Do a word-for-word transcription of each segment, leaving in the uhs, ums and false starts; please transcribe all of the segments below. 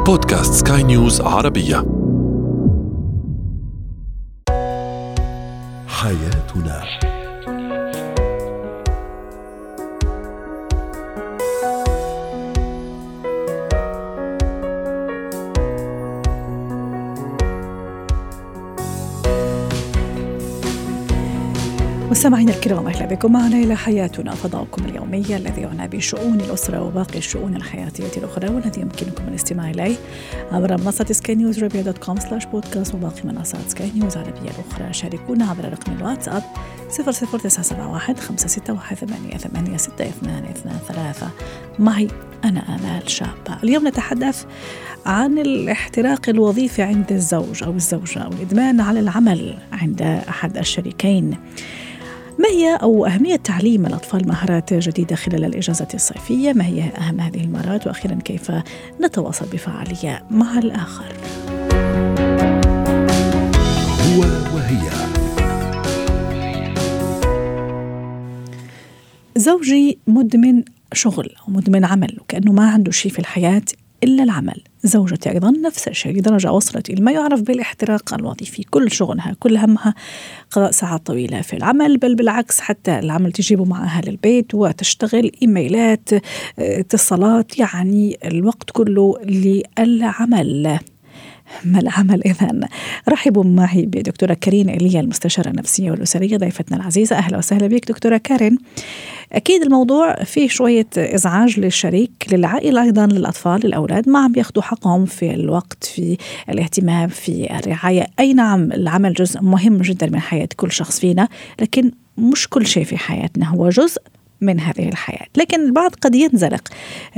بودكاست سكاي نيوز عربية. حياتنا. مستمعينا الكرام، أهلا بكم معنا إلى حياتنا، فضاؤكم اليومي الذي يعنى بشؤون الأسرة وباقي الشؤون الحياتية الأخرى، والذي يمكنكم الاستماع إليه عبر منصة سكاي نيوز عربية دوت كوم سلاش بودكاست وباقي منصات سكاي نيوز عربية الأخرى. شاركونا عبر رقم الواتساب صفر صفر تسعة سبعة واحد خمسة ستة واحد ثمانية ثمانية ستة اثنان اثنان ثلاثة. معي أنا آمال شابة. اليوم نتحدث عن الاحتراق الوظيفي عند الزوج أو الزوجة، أو الإدمان على العمل عند أحد الشريكين. ما هي أو أهمية تعليم الأطفال مهارات جديدة خلال الإجازة الصيفية؟ ما هي أهم هذه المهارات؟ وأخيرا كيف نتواصل بفعالية مع الآخر؟ هو وهي. زوجي مدمن شغل أو مدمن عمل، وكأنه ما عنده شيء في الحياة إلا العمل. زوجتي أيضا نفس الشيء، لدرجة وصلت إلى ما يعرف بالاحتراق الوظيفي. كل شغلها كل همها قضاء ساعات طويلة في العمل، بل بالعكس حتى العمل تجيبه معها للبيت وتشتغل إيميلات، اتصالات، يعني الوقت كله للعمل. ما العمل إذن؟ رحبوا معي بدكتورة كارين إيليا، المستشارة النفسية والأسرية، ضيفتنا العزيزة. أهلا وسهلا بك دكتورة كارين. أكيد الموضوع فيه شوية إزعاج للشريك، للعائلة أيضا، للأطفال، للأولاد، ما عم بياخدوا حقهم في الوقت، في الاهتمام، في الرعاية. أي نعم، العمل جزء مهم جدا من حياة كل شخص فينا، لكن مش كل شيء في حياتنا هو جزء من هذه الحياة. لكن البعض قد ينزلق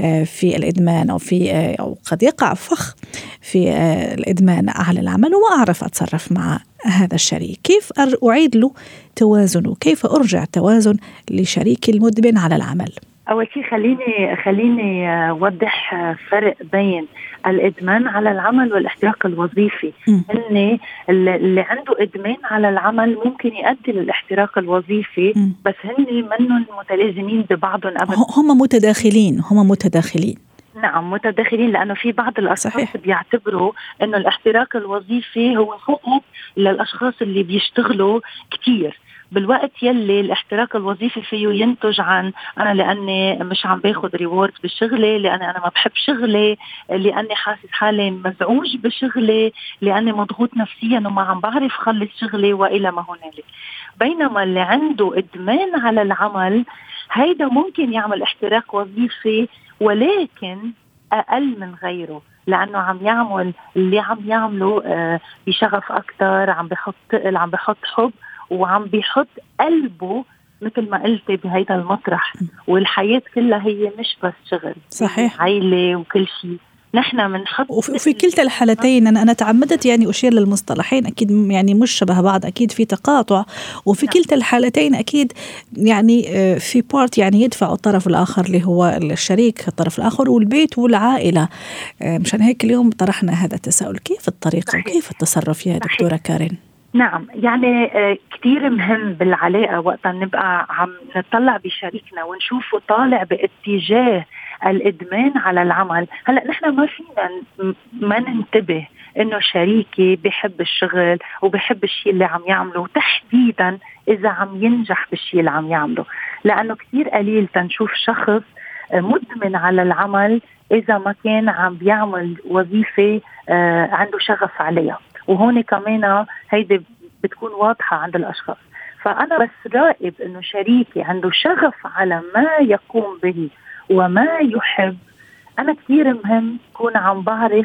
في الإدمان، أو في أو قد يقع فخ في الإدمان على العمل، وما أعرف أتصرف مع هذا الشريك. كيف أعيد له توازنه؟ كيف أرجع توازن لشريكي المدمن على العمل؟ أول شيء خليني خليني أوضح فرق بين الإدمان على العمل والاحتراق الوظيفي. إن اللي عنده إدمان على العمل ممكن يؤدي للاحتراق الوظيفي، م. بس هن منهم متلازمين ببعضهم أبدا. هم متداخلين هم متداخلين نعم متداخلين، لأنه في بعض الأشخاص صحيح. بيعتبروا أنه الاحتراق الوظيفي هو فقط للأشخاص اللي بيشتغلوا كتير، بالوقت يلي الاحتراق الوظيفي فيه ينتج عن أنا لأني مش عم باخد ريورد بشغلي، لأني أنا ما بحب شغلي، لأني حاسس حالي مزعوج بشغلي، لأني مضغوط نفسيا وما عم بعرف خلص شغلي، وإلى ما هنالك. بينما اللي عنده إدمان على العمل هيدا ممكن يعمل احتراق وظيفي، ولكن أقل من غيره، لأنه عم يعمل اللي عم يعمله بشغف أكتر، عم بيحط تقل، عم بيحط حب، وعم بيحط قلبه مثل ما قلت بهيدا المطرح. والحياة كلها هي مش بس شغل، صحيح، عائلة وكل شيء. نحن منحط وفي, وفي كلتا الحالتين أنا أنا تعمدت يعني أشير للمصطلحين، أكيد يعني مش شبه بعض، أكيد في تقاطع، وفي نعم. كلتا الحالتين أكيد يعني في بارت يعني يدفع الطرف الآخر اللي هو الشريك، الطرف الآخر، والبيت والعائلة. مشان هيك اليوم طرحنا هذا التساؤل: كيف الطريقة صحيح. وكيف التصرف يا صحيح. دكتورة كارين؟ نعم، يعني كتير مهم بالعلاقة وقتا نبقى عم نطلع بشريكنا ونشوفه طالع باتجاه الإدمان على العمل. هلأ نحن ما فينا ما ننتبه إنه شريكي بيحب الشغل وبيحب الشيء اللي عم يعمله، تحديدا إذا عم ينجح بالشيء اللي عم يعمله، لأنه كتير قليل تنشوف شخص مدمن على العمل إذا ما كان عم بيعمل وظيفة عنده شغف عليها. وهون كمان هيدي بتكون واضحة عند الأشخاص. فأنا بس راقب إنه شريكي عنده شغف على ما يقوم به وما يحب. أنا كتير مهم كون عم بعرف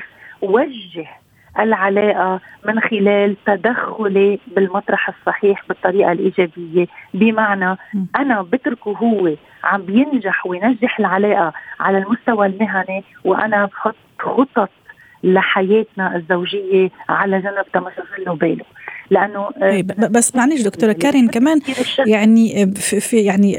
وجه العلاقة من خلال تدخلي بالمطرح الصحيح بالطريقة الإيجابية، بمعنى أنا بتركه هو عم بينجح وينجح العلاقة على المستوى المهني، وأنا بحط خطط لحياتنا الزوجية على جنب تمشغل له باله. لانه بس معلش دكتوره كارين كمان يعني في يعني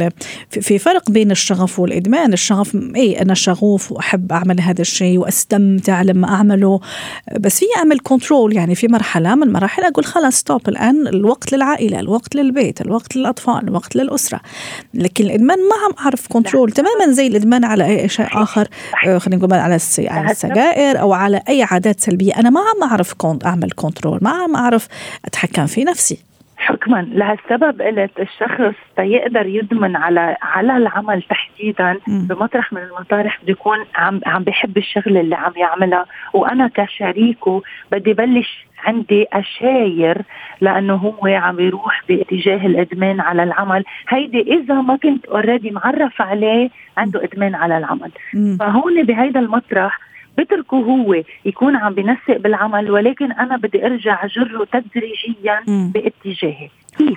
في فرق بين الشغف والادمان. الشغف اي انا شغوف واحب اعمل هذا الشيء واستمتع لما اعمله، بس في اعمل كنترول. يعني في مرحله من المراحل اقول خلاص ستوب، الان الوقت للعائله، الوقت للبيت، الوقت للاطفال، الوقت للاسره. لكن الادمان ما عم اعرف كنترول تماما زي الادمان على اي شيء اخر، خلينا نقول على السجائر او على اي عادات سلبيه. انا ما عم اعرف اعمل كنترول، ما عم اعرف اتحكم في نفسي. حكما لهالسبب قلت الشخص يقدر يدمن على على العمل تحديدا بمطرح من المطارح بده يكون عم عم بيحب الشغل اللي عم يعملها، وانا كشريكه بدي بلش عندي أشاير لأنه هو عم يروح باتجاه الإدمان على العمل. هيدي إذا ما كنت أوريدي معرف عليه عنده إدمان على العمل. م. فهون بهيدا المطرح بتركه هو يكون عم بنسق بالعمل، ولكن أنا بدي أرجع جره تدريجيا م. باتجاهي. كيف؟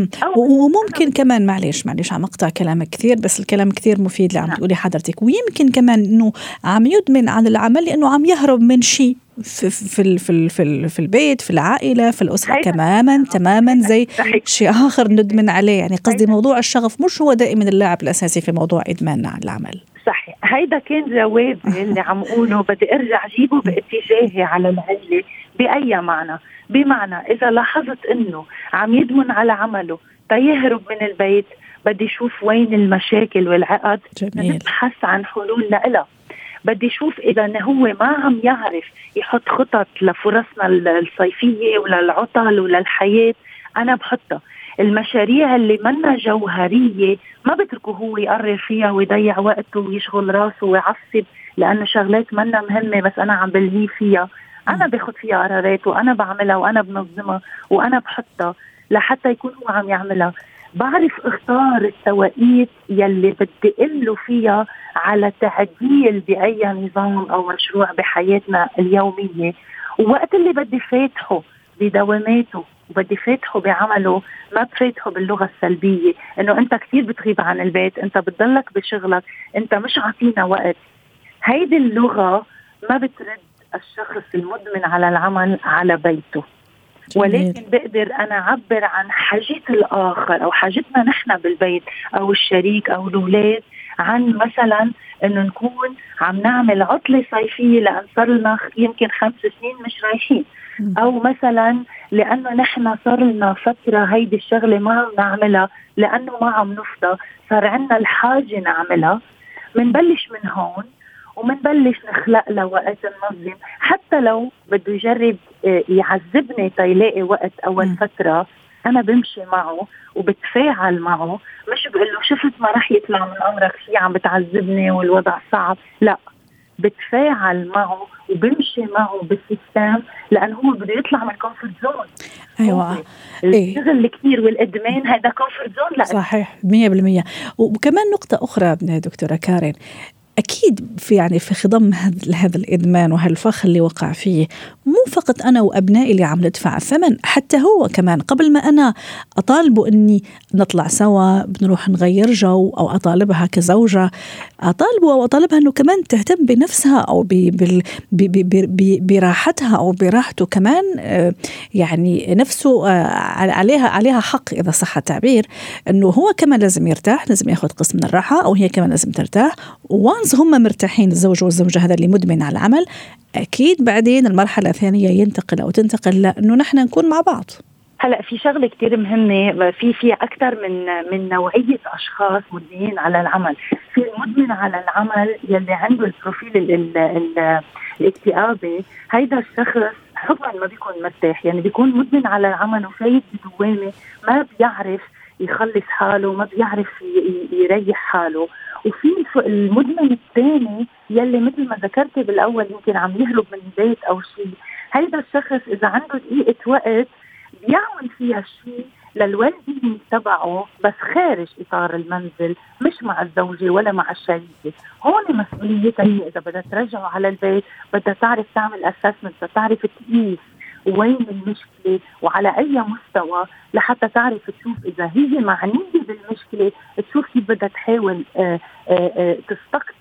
وممكن كمان معليش معليش عم أقطع كلامك كثير، بس الكلام كثير مفيد اللي عم نعم. تقولي حضرتك. ويمكن كمان إنه عم يدمن عن العمل لأنه عم يهرب من شيء في في في في في البيت، في العائلة، في الأسرة تماما تماما زي شيء آخر ندمن عليه. يعني قصدي موضوع الشغف مش هو دائما اللاعب الأساسي في موضوع إدماننا على العمل. صحيح، هيدا كان جوابي اللي عم أقوله. بدي أرجع أجيبه باتجاهي على العلة بأي معنى. بمعنى إذا لاحظت إنه عم يدمن على عمله تيهرب من البيت، بدي شوف وين المشاكل والعقد، نبحث عن حلول لها. بدي شوف إذا هو ما عم يعرف يحط خطط لفرصنا الصيفية ولا العطل ولا الحياة، أنا بحطها. المشاريع اللي منا جوهرية ما بتركه هو يقرر فيها ويضيع وقته ويشغل راسه ويعصب لأنه شغلات منا مهمة بس أنا عم بلهي فيها. أنا باخد فيها قرارات وأنا بعملها وأنا بنظمها وأنا بحطها لحتى يكون هو عم يعملها. بعرف اختار التوقيت يلي بدي قله فيها على تعديل بأي نظام أو مشروع بحياتنا اليومية، ووقت اللي بدي فاتحه بدواماته وبدي فاتحه بعمله ما بفاتحه باللغة السلبية إنه أنت كتير بتغيب عن البيت، أنت بتضلك بشغلك، أنت مش عطينا وقت. هيدي اللغة ما بترد الشخص المدمن على العمل على بيته. ولكن بقدر أنا أعبر عن حاجة الآخر أو حاجتنا نحن بالبيت أو الشريك أو الأولاد، عن مثلا إنه نكون عم نعمل عطلة صيفية لأن صار لنا يمكن خمس سنين مش رايحين، أو مثلا لأنه نحن صار لنا فترة هيدي الشغلة ما عم نعملها لأنه ما عم نفضى، صار عنا الحاجة نعملها. منبلش من هون ومنبلش نخلق له وقت ننظم، حتى لو بده يجرب يعذبني تيلاقي وقت أول م. فترة أنا بمشي معه وبتفاعل معه، مش بقول له شفت ما رح يطلع من أمرك شيء عم بتعذبني والوضع صعب، لا، بتفاعل معه وبمشي معه بالسيستم لأنه هو بده يطلع من الكومفورت زون. أيوة، الشغل إيه؟ كتير والإدمان هذا كومفورت زون. لا صحيح مية بالمية. وكمان نقطة أخرى دكتورة كارين، أكيد في يعني في خضم هذا الإدمان وهالفخ اللي وقع فيه مو فقط أنا وأبنائي اللي عم ندفع الثمن، حتى هو كمان. قبل ما أنا أطالبه أني نطلع سوا بنروح نغير جو أو أطالبها كزوجة، أطالبه أو أطالبها أنه كمان تهتم بنفسها أو براحتها أو براحته كمان، يعني نفسه عليها عليها حق إذا صح التعبير، أنه هو كمان لازم يرتاح، لازم يأخذ قسم من الراحة، أو هي كمان لازم ترتاح. وانس هم مرتاحين الزوج والزوجة هذا اللي مدمن على العمل، أكيد بعدين المرحلة الثانية ينتقل أو تنتقل لأنه نحن نكون مع بعض. هلأ في شغلة كتير مهمة، في في أكثر من من نوعية أشخاص مدمنين على العمل. في المدمن على العمل يلي عنده البروفيل ال ال ال الاكتئابي، هيدا الشخص حبا ما بيكون مرتاح، يعني بيكون مدمن على العمل وفايت بدوامة، ما بيعرف يخلص حاله، ما بيعرف يريح حاله. وفي المدمن الثاني يلي مثل ما ذكرتي بالأول يمكن عم يهرب من البيت أو شيء، هيدا الشخص إذا عنده دقيقة وقت بيعمل فيها شيء للوالدين تبعه بس خارج إطار المنزل، مش مع الزوجة ولا مع الشريكة. هون مسؤوليتها هي إذا بدها ترجعه على البيت بدها تعرف تعمل أسسمنت، بدها تعرف تقيس وين المشكلة وعلى أي مستوى لحتى تعرف تشوف إذا هي معنية بالمشكلة، تشوف كيف بدها تحاول آآ آآ تستقطب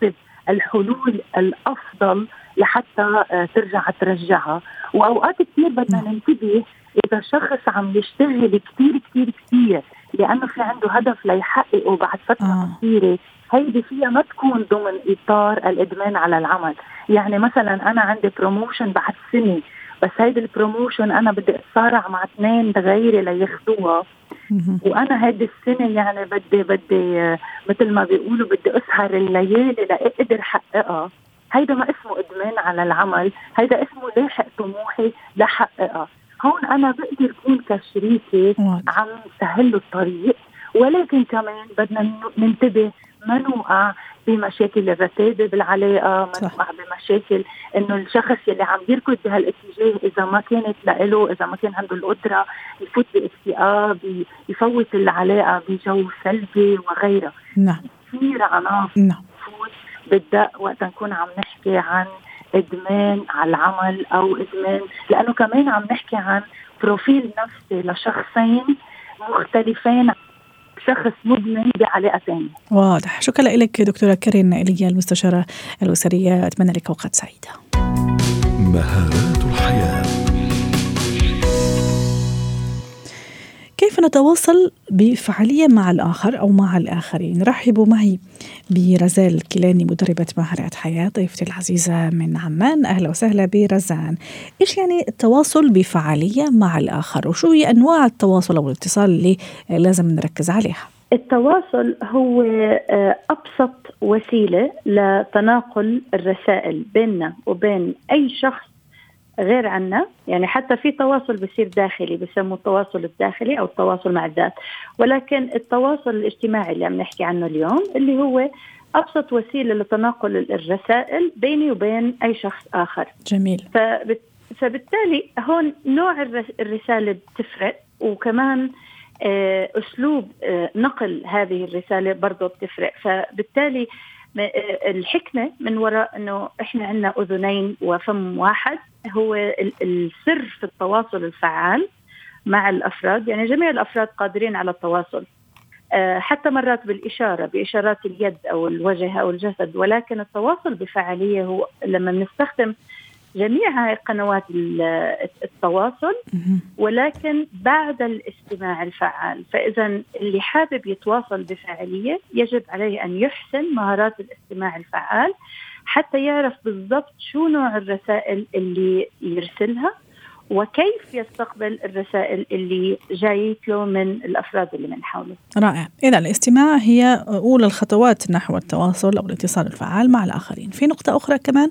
الحلول الأفضل لحتى ترجع ترجعها. وأوقات كتير بدنا ننتبه إذا شخص عم يشتغل كتير كتير كتير لأنه في عنده هدف ليحققه بعد فترة كثيرة، هيدي فيها ما تكون ضمن إطار الإدمان على العمل. يعني مثلا أنا عندي بروموشن بعد سنة، بس هيدي البروموشن أنا بدي أتصارع مع اثنين غيري لياخدوها، وأنا هيدي السنة يعني بدي بدي مثل ما بيقولوا بدي أسهر الليالي لأقدر أحققها. هيدا ما اسمه إدمان على العمل، هيدا اسمه لاحق طموحي لحققها. هون أنا بقدر أكون كشريكة عم سهل له الطريق، ولكن كمان بدنا ننتبه ما نوقع بمشاكل الرتابة بالعلاقة، ما نوقع بمشاكل إنه الشخص اللي عم يركض بهالاتجاه إذا ما كانت لإله، إذا ما كان عنده القدرة يفوت باكتئاب، يفوت العلاقة بجو سلبي وغيرها. نعم. كثير عناصر نعم. تفوت بالدق وقت نكون عم نحكي عن إدمان على العمل أو إدمان، لأنه كمان عم نحكي عن بروفيل نفسي لشخصين مختلفين، شخص مدمن بعلاقة ثانية. واضح. شكرا لك دكتورة كارين إيليا المستشارة الأسرية، أتمنى لك أوقات سعيدة. مهارات الحياة. كيف نتواصل بفعالية مع الآخر أو مع الآخرين؟ رحبوا معي برزان الكيلاني، مدربة مهارات حياة، ضيفتي العزيزة من عمان. أهلا وسهلا برزان. إيش يعني التواصل بفعالية مع الآخر، وشو هي أنواع التواصل أو الاتصال اللي لازم نركز عليها؟ التواصل هو أبسط وسيلة لتناقل الرسائل بيننا وبين أي شخص غير عنا. يعني حتى في تواصل بصير داخلي بسموه التواصل الداخلي أو التواصل مع الذات، ولكن التواصل الاجتماعي اللي عم نحكي عنه اليوم اللي هو أبسط وسيلة لتناقل الرسائل بيني وبين أي شخص آخر. جميل. فبت... فبالتالي هون نوع الرسالة بتفرق، وكمان أسلوب نقل هذه الرسالة برضو بتفرق. فبالتالي الحكمة من وراء أنه إحنا عنا أذنين وفم واحد هو السر في التواصل الفعال مع الأفراد. يعني جميع الأفراد قادرين على التواصل، حتى مرات بالإشارة، بإشارات اليد أو الوجه أو الجسد، ولكن التواصل بفعالية هو لما نستخدم جميع هاي قنوات التواصل ولكن بعد الاستماع الفعال. فإذا اللي حابب يتواصل بفعالية يجب عليه أن يحسن مهارات الاستماع الفعال حتى يعرف بالضبط شو نوع الرسائل اللي يرسلها وكيف يستقبل الرسائل اللي جايت له من الأفراد اللي من حوله. رائع. إذا الاستماع هي أولى الخطوات نحو التواصل أو الاتصال الفعال مع الآخرين. في نقطة أخرى كمان؟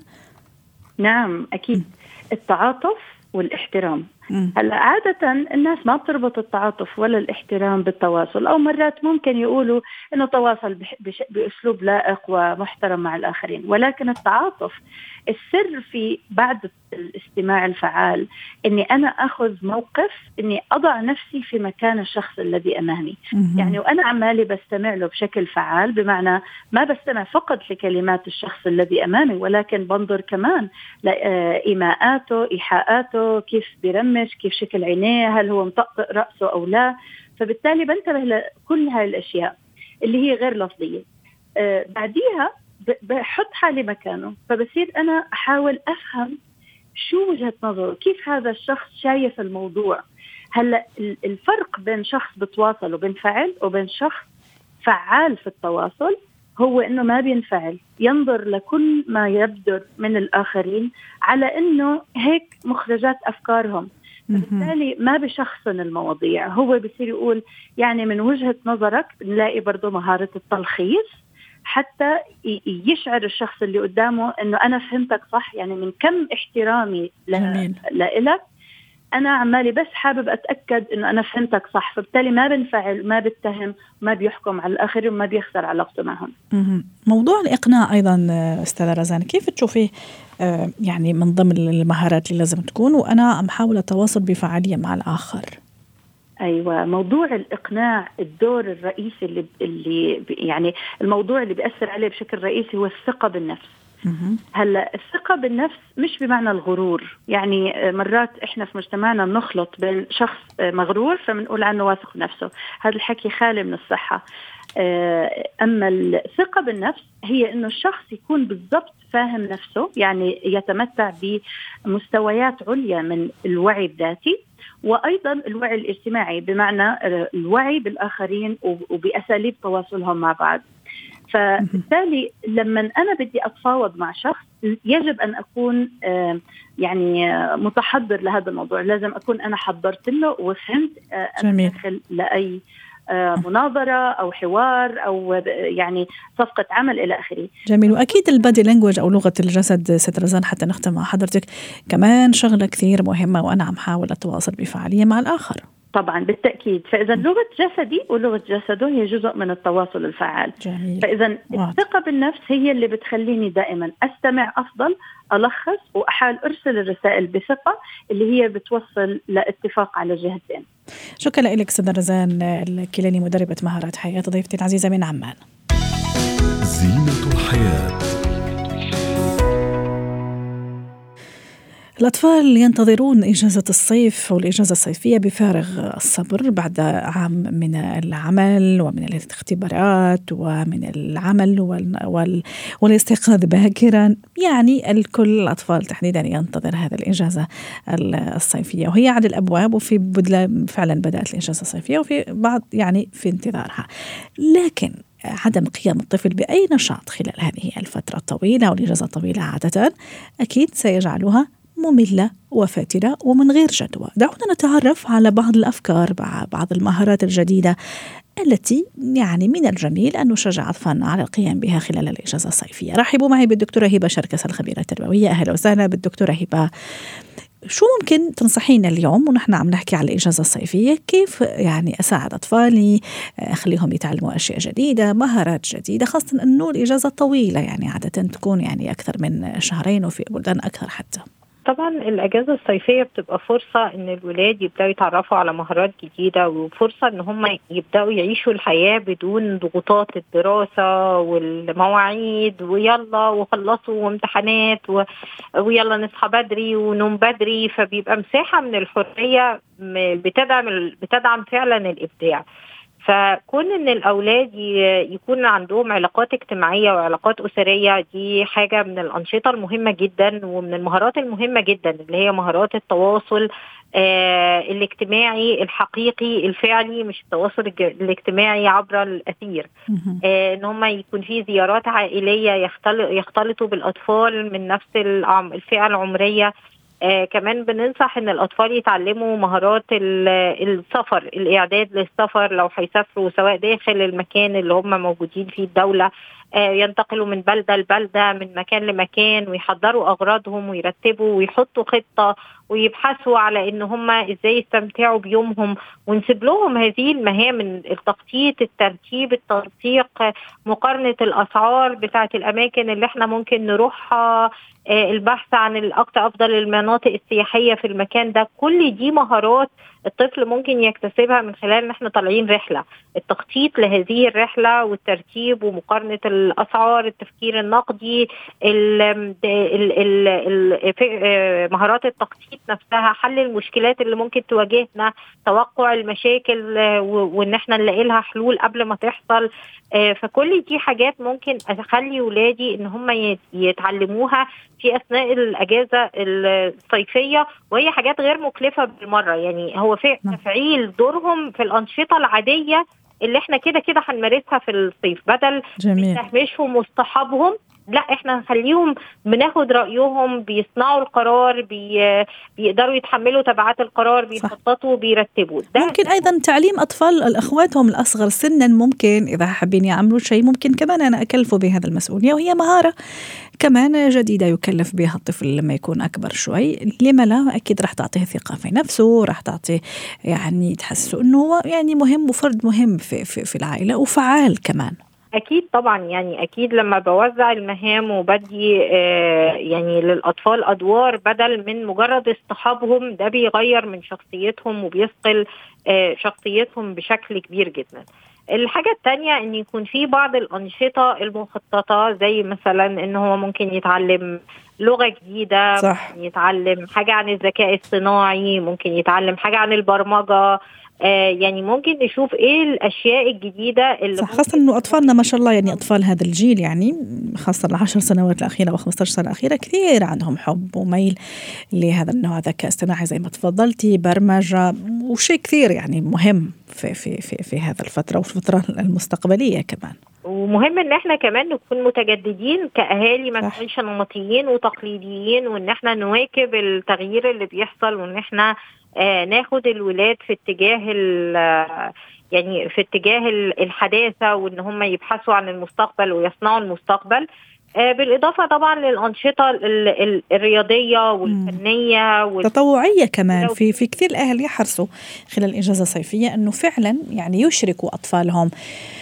نعم أكيد، التعاطف والاحترام. هلا عادة الناس ما بتربط التعاطف ولا الاحترام بالتواصل، أو مرات ممكن يقولوا إنه تواصل بأسلوب لائق ومحترم مع الآخرين، ولكن التعاطف السر في بعد الاستماع الفعال إني أنا أخذ موقف، إني أضع نفسي في مكان الشخص الذي أمامي. يعني وأنا عمالي بستمع له بشكل فعال، بمعنى ما بستمع فقط لكلمات الشخص الذي أمامي، ولكن بنظر كمان لإيماءاته، إيحاءاته، كيف بيرمش، كيف شكل عينيه، هل هو مطقطق رأسه أو لا. فبالتالي بنتبه لكل هاي الأشياء اللي هي غير لفظية. آه بعديها بحط حالي مكانه، فبصير أنا أحاول أفهم شو وجهة نظره، كيف هذا الشخص شايف الموضوع. هلأ الفرق بين شخص بتواصل وبينفعل وبين شخص فعال في التواصل هو إنه ما بينفعل، ينظر لكل ما يبدر من الآخرين على إنه هيك مخرجات أفكارهم. بالتالي ما بشخصن المواضيع، هو بيصير يقول يعني من وجهة نظرك. نلاقي برضو مهارة التلخيص حتى يشعر الشخص اللي قدامه إنه أنا فهمتك صح. يعني من كم احترامي لإلك أنا عمالي بس حابب أتأكد إنه أنا فهمتك صح، فبالتالي ما بنفعل، ما بتهم، ما بيحكم على الآخرين وما بيخسر علاقته معهم. موضوع الإقناع أيضا أستاذة رزان، كيف تشوفيه يعني من ضمن المهارات اللي لازم تكون وأنا عم حاول أتواصل بفعالية مع الآخر؟ أيوة، موضوع الإقناع الدور الرئيسي اللي, اللي يعني الموضوع اللي بيأثر عليه بشكل رئيسي هو الثقة بالنفس. هلا الثقة بالنفس مش بمعنى الغرور. يعني مرات احنا في مجتمعنا بنخلط بين شخص مغرور فبنقول عنه واثق بنفسه، هذا الحكي خالي من الصحة. أما الثقة بالنفس هي إنه الشخص يكون بالضبط فاهم نفسه، يعني يتمتع بمستويات عليا من الوعي الذاتي وأيضا الوعي الاجتماعي، بمعنى الوعي بالآخرين وبأساليب تواصلهم مع بعض. فبالتالي لما أنا بدي أتفاوض مع شخص يجب أن أكون يعني متحضر لهذا الموضوع، لازم أكون أنا حضرت له وفهمت أدخل لأي مناظرة أو حوار أو يعني صفقة عمل إلى آخره. جميل. وأكيد البادي لانجوج أو لغة الجسد ست رزان حتى نختم مع حضرتك كمان شغلة كثير مهمة، وأنا عم حاول أتواصل بفعالية مع الآخر. طبعا بالتأكيد. فإذا لغة جسدي ولغة جسده هي جزء من التواصل الفعال. جميل. فإذا الثقة بالنفس هي اللي بتخليني دائما أستمع أفضل، ألخص وأحاول أرسل الرسائل بثقة اللي هي بتوصل لاتفاق على جهتين. شكرا لك سيدة رزان الكيلاني، مدربة مهارات حياة، ضيفتي العزيزة من عمان. زينة الحياة. الأطفال ينتظرون إجازة الصيف والإجازة الصيفية بفارغ الصبر بعد عام من العمل ومن الاختبارات ومن العمل وال... والاستيقاظ باكرا. يعني الكل، الأطفال تحديدا، ينتظر هذا الإجازة الصيفية، وهي على الأبواب، وفي بدلة فعلا بدأت الإجازة الصيفية وفي بعض يعني في انتظارها. لكن عدم قيام الطفل بأي نشاط خلال هذه الفترة الطويلة والإجازة الطويلة عادة أكيد سيجعلها مملة وفاترة ومن غير جدوى. دعونا نتعرف على بعض الأفكار، بعض المهارات الجديدة التي يعني من الجميل أن نشجع أطفالنا على القيام بها خلال الإجازة الصيفية. رحبوا معي بالدكتورة هبة شركس الخبيرة التربوية. أهلا وسهلا بالدكتورة هبة. شو ممكن تنصحينا اليوم ونحن عم نحكي على الإجازة الصيفية، كيف يعني أساعد أطفالي أخليهم يتعلموا أشياء جديدة، مهارات جديدة، خاصة أنه الإجازة طويلة يعني عادة تكون يعني أكثر من شهرين وفي بلدان أكثر حتى. طبعا الأجازة الصيفية بتبقى فرصة إن الولاد يبدأوا يتعرفوا على مهارات جديدة، وفرصة إن هم يبدأوا يعيشوا الحياة بدون ضغوطات الدراسة والمواعيد ويلا وخلصوا وامتحانات و... ويلا نصحى بدري ونوم بدري. فبيبقى مساحة من الحرية بتدعم بتدعم فعلا الإبداع. فكون ان الاولاد يكون عندهم علاقات اجتماعيه وعلاقات اسريه، دي حاجه من الانشطه المهمه جدا ومن المهارات المهمه جدا، اللي هي مهارات التواصل آه الاجتماعي الحقيقي الفعلي، مش التواصل الاجتماعي عبر الاثير. آه ان هم يكون في زيارات عائليه يختلطوا بالاطفال من نفس الفئه العمريه. آه كمان بننصح ان الاطفال يتعلموا مهارات السفر، الاعداد للسفر لو هيسافروا، سواء داخل المكان اللي هم موجودين فيه الدولة، آه ينتقلوا من بلدة لبلدة، من مكان لمكان، ويحضروا اغراضهم ويرتبوا ويحطوا خطة ويبحثوا على ان هم ازاي يستمتعوا بيومهم، ونسيب لهم هذه المهام: التخطيط، الترتيب، التنسيق، مقارنة الاسعار بتاعة الاماكن اللي احنا ممكن نروحها، البحث عن الأكثر أفضل المناطق السياحية في المكان ده. كل دي مهارات الطفل ممكن يكتسبها من خلال ان احنا طالعين رحلة. التخطيط لهذه الرحلة والترتيب ومقارنة الأسعار، التفكير النقدي، ال ال ال مهارات التخطيط نفسها، حل المشكلات اللي ممكن تواجهنا، توقع المشاكل وان احنا نلاقي لها حلول قبل ما تحصل. فكل دي حاجات ممكن أخلي ولادي ان هم يتعلموها في أثناء الأجازة الصيفية، وهي حاجات غير مكلفة بالمرة. يعني هو في تفعيل دورهم في الأنشطة العادية اللي احنا كده كده هنمارسها في الصيف، بدل تهميشهم واصطحابهم. لا، احنا نخليهم بناخد رأيهم، بيصنعوا القرار، بي... بيقدروا يتحملوا تبعات القرار، بيخططوا وبيرتبوا. ممكن ايضا تعليم اطفال الاخواتهم الاصغر سنا، ممكن اذا حابين يعملوا شيء ممكن كمان انا اكلفه بهذا المسؤولية، وهي مهارة كمان جديدة يكلف بها الطفل لما يكون اكبر شوي. لما لا؟ اكيد راح تعطيه ثقة في نفسه، راح تعطيه يعني تحسه انه هو يعني مهم وفرد مهم في في, في العائلة وفعال كمان. أكيد طبعا، يعني أكيد لما بوزع المهام وبدي آه يعني للأطفال أدوار بدل من مجرد اصطحابهم، ده بيغير من شخصيتهم وبيثقل آه شخصيتهم بشكل كبير جدا. الحاجة التانية أن يكون في بعض الأنشطة المخططة، زي مثلا أنه هو ممكن يتعلم لغة جديدة، صح. ممكن يتعلم حاجة عن الذكاء الصناعي، ممكن يتعلم حاجة عن البرمجة، آه يعني ممكن نشوف ايه الاشياء الجديده اللي صح، خاصه انه اطفالنا ما شاء الله، يعني اطفال هذا الجيل يعني خاصه العشر سنوات الاخيره و15 سنه الاخيره كثير عندهم حب وميل لهذا النوع، ذكاء اصطناعي زي ما تفضلتي، برمجه، وشيء كثير يعني مهم في في في في هذا الفتره وفي الفتره المستقبليه كمان. ومهم ان احنا كمان نكون متجددين كاهالي، ما نكونش نمطيين وتقليديين، وان احنا نواكب التغيير اللي بيحصل، وان احنا آه ناخد الولاد في اتجاه يعني في اتجاه الحداثه، وان هم يبحثوا عن المستقبل ويصنعوا المستقبل. آه بالإضافة طبعا للأنشطة الرياضية والفنية والتطوعية كمان. في في كثير الأهل يحرصوا خلال الإجازة الصيفية أنه فعلا يعني يشركوا أطفالهم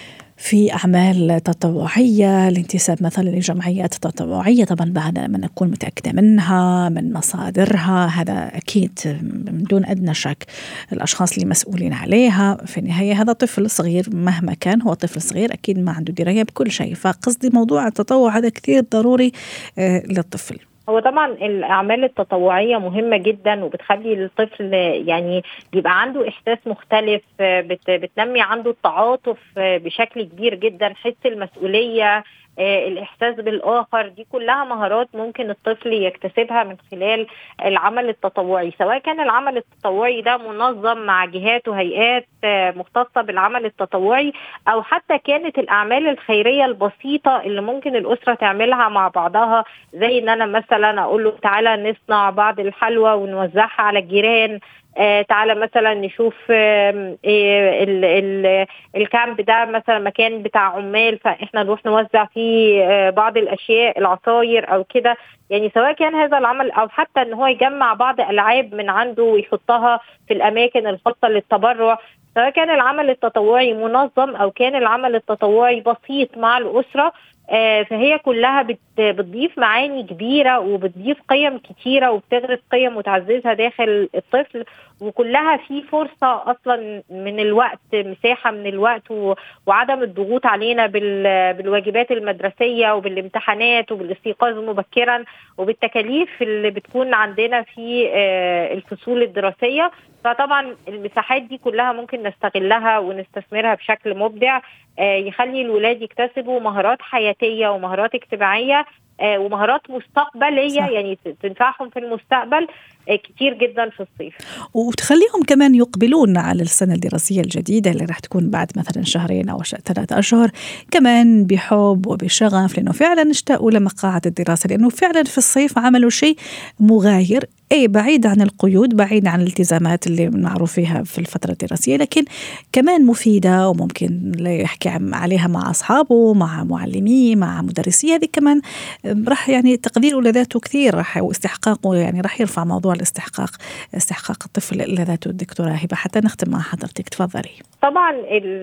في أعمال تطوعية، الانتساب مثلا لجمعيات تطوعية، طبعا بعد ما نكون متأكدة منها من مصادرها، هذا أكيد من دون أدنى شك الأشخاص اللي مسؤولين عليها. في النهاية هذا طفل صغير، مهما كان هو طفل صغير أكيد ما عنده دراية بكل شيء، فقصدي موضوع التطوع هذا كثير ضروري للطفل. هو طبعا الأعمال التطوعية مهمة جدا، وبتخلي الطفل يعني يبقى عنده إحساس مختلف، بت بتنمي عنده التعاطف بشكل كبير جدا، حس المسؤولية، الإحساس بالآخر. دي كلها مهارات ممكن الطفل يكتسبها من خلال العمل التطوعي، سواء كان العمل التطوعي ده منظم مع جهات وهيئات مختصة بالعمل التطوعي، أو حتى كانت الأعمال الخيرية البسيطة اللي ممكن الأسرة تعملها مع بعضها، زي إن أنا مثلا أقول له تعالى نصنع بعض الحلوى ونوزعها على الجيران، آه تعالى مثلا نشوف آه ال ال الكامب ده مثلا مكان بتاع عمال، فإحنا نروح نوزع فيه آه بعض الأشياء، العصاير أو كده. يعني سواء كان هذا العمل أو حتى إن هو يجمع بعض ألعاب من عنده ويحطها في الأماكن الخاصة للتبرع، سواء كان العمل التطوعي منظم أو كان العمل التطوعي بسيط مع الأسرة، آه فهي كلها بت بتضيف معاني كبيرة وبتضيف قيم كتيرة وبتغرس قيم وتعززها داخل الطفل، وكلها في فرصة أصلا من الوقت، مساحة من الوقت وعدم الضغوط علينا بالواجبات المدرسية وبالامتحانات وبالاستيقاظ مبكرا وبالتكاليف اللي بتكون عندنا في الفصول الدراسية. فطبعا المساحات دي كلها ممكن نستغلها ونستثمرها بشكل مبدع، يخلي الولاد يكتسبوا مهارات حياتية ومهارات اجتماعية ومهارات مستقبلية، صح. يعني تنفعهم في المستقبل كتير جدا في الصيف، وتخليهم كمان يقبلون على السنة الدراسية الجديدة اللي راح تكون بعد مثلا شهرين أو ثلاثة أشهر كمان بحب وبشغف، لأنه فعلا اشتاقوا لمقاعد الدراسة، لأنه فعلا في الصيف عملوا شيء مغاير، أي بعيد عن القيود، بعيد عن الالتزامات اللي معروف فيها في الفترة الدراسية، لكن كمان مفيدة وممكن يحكي عليها مع أصحابه، مع معلميه، مع مدرسيه. هذه كمان راح يعني تقديره لذاته كثير راح، واستحقاقه يعني راح يرفع موضوع الاستحقاق، استحقاق الطفل لذاته. الدكتورة هبة حتى نختم مع حضرتك، تفضلي. طبعا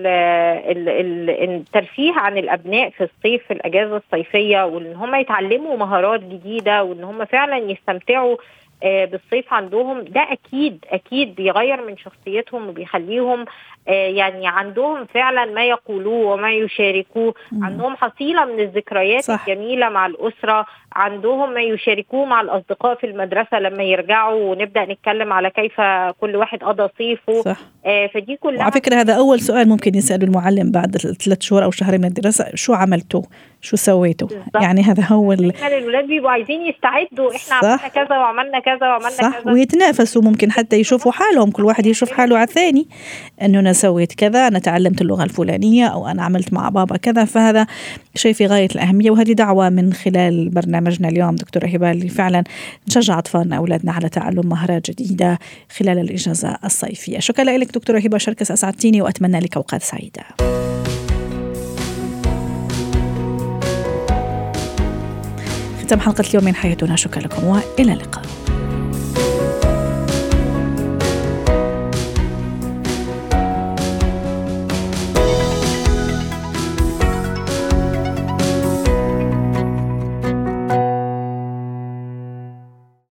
الترفيه عن الأبناء في الصيف، في الأجازة الصيفية، وإن هم يتعلموا مهارات جديدة وإن هم فعلا يستمتعوا بالصيف عندهم، ده أكيد أكيد بيغير من شخصيتهم وبيخليهم يعني عندهم فعلا ما يقولوه وما يشاركوه، عندهم حصيلة من الذكريات، صح. الجميلة مع الأسرة، عندهم ما يشاركوه مع الأصدقاء في المدرسة لما يرجعوا ونبدأ نتكلم على كيف كل واحد قضى صيفه، صح. آه فدي كلها. وعلى فكرة هذا أول سؤال ممكن يسأله المعلم بعد ثلاث شهور أو شهرين من الدراسة، شو عملتوا؟ شو سويتوا؟ بالضبط. يعني هذا هو ال... الولاد بيبقوا عايزين يستعدوا، إحنا عملنا كذا وعملنا كذا وعملنا صح. كذا، ويتنافسوا، ممكن حتى يشوفوا حالهم، كل واحد يشوف حاله على الثاني، أنه أنا سويت كذا، أنا تعلمت اللغة الفلانية، أو أنا عملت مع بابا كذا. فهذا شيء في غاية الأهمية، وهذه دعوة من خلال برنامجنا اليوم دكتورة هبة، اللي فعلا نشجع أطفالنا أولادنا على تعلم مهارات جديدة خلال الإجازة الصيفية. شكرا لك دكتورة هبة شركس، أسعدتيني وأتمنى لك أوقات سعيدة. ختام حلقة اليوم من حياتنا، شكرا لكم وإلى اللقاء.